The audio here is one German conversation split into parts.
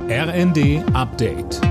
RND Update.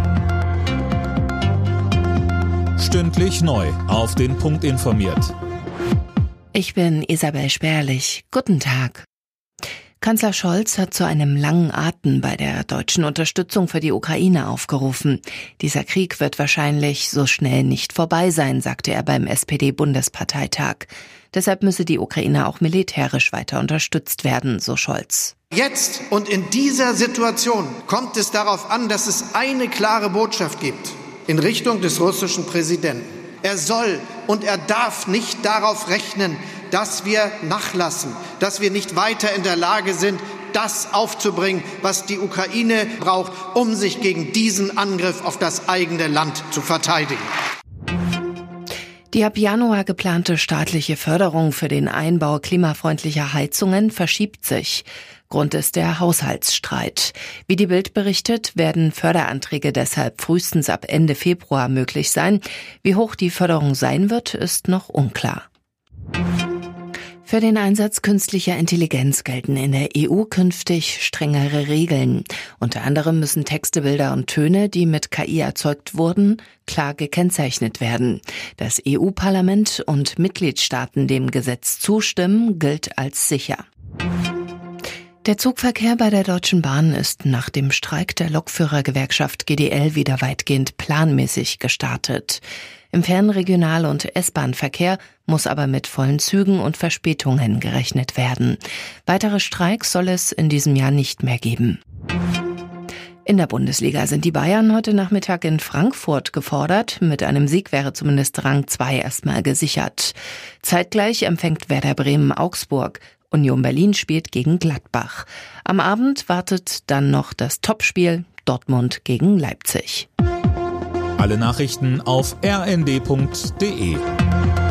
Stündlich neu auf den Punkt informiert. Ich bin Isabel Sperlich. Guten Tag. Kanzler Scholz hat zu einem langen Atem bei der deutschen Unterstützung für die Ukraine aufgerufen. Dieser Krieg wird wahrscheinlich so schnell nicht vorbei sein, sagte er beim SPD-Bundesparteitag. Deshalb müsse die Ukraine auch militärisch weiter unterstützt werden, so Scholz. Jetzt und in dieser Situation kommt es darauf an, dass es eine klare Botschaft gibt in Richtung des russischen Präsidenten. Er soll und er darf nicht darauf rechnen, dass wir nachlassen, dass wir nicht weiter in der Lage sind, das aufzubringen, was die Ukraine braucht, um sich gegen diesen Angriff auf das eigene Land zu verteidigen. Die ab Januar geplante staatliche Förderung für den Einbau klimafreundlicher Heizungen verschiebt sich. Grund ist der Haushaltsstreit. Wie die Bild berichtet, werden Förderanträge deshalb frühestens ab Ende Februar möglich sein. Wie hoch die Förderung sein wird, ist noch unklar. Für den Einsatz künstlicher Intelligenz gelten in der EU künftig strengere Regeln. Unter anderem müssen Texte, Bilder und Töne, die mit KI erzeugt wurden, klar gekennzeichnet werden. Dass EU-Parlament und Mitgliedstaaten dem Gesetz zustimmen, gilt als sicher. Der Zugverkehr bei der Deutschen Bahn ist nach dem Streik der Lokführergewerkschaft GDL wieder weitgehend planmäßig gestartet. Im Fernregional- und S-Bahn-Verkehr muss aber mit vollen Zügen und Verspätungen gerechnet werden. Weitere Streiks soll es in diesem Jahr nicht mehr geben. In der Bundesliga sind die Bayern heute Nachmittag in Frankfurt gefordert. Mit einem Sieg wäre zumindest Rang 2 erstmal gesichert. Zeitgleich empfängt Werder Bremen Augsburg. Union Berlin spielt gegen Gladbach. Am Abend wartet dann noch das Topspiel Dortmund gegen Leipzig. Alle Nachrichten auf rnd.de.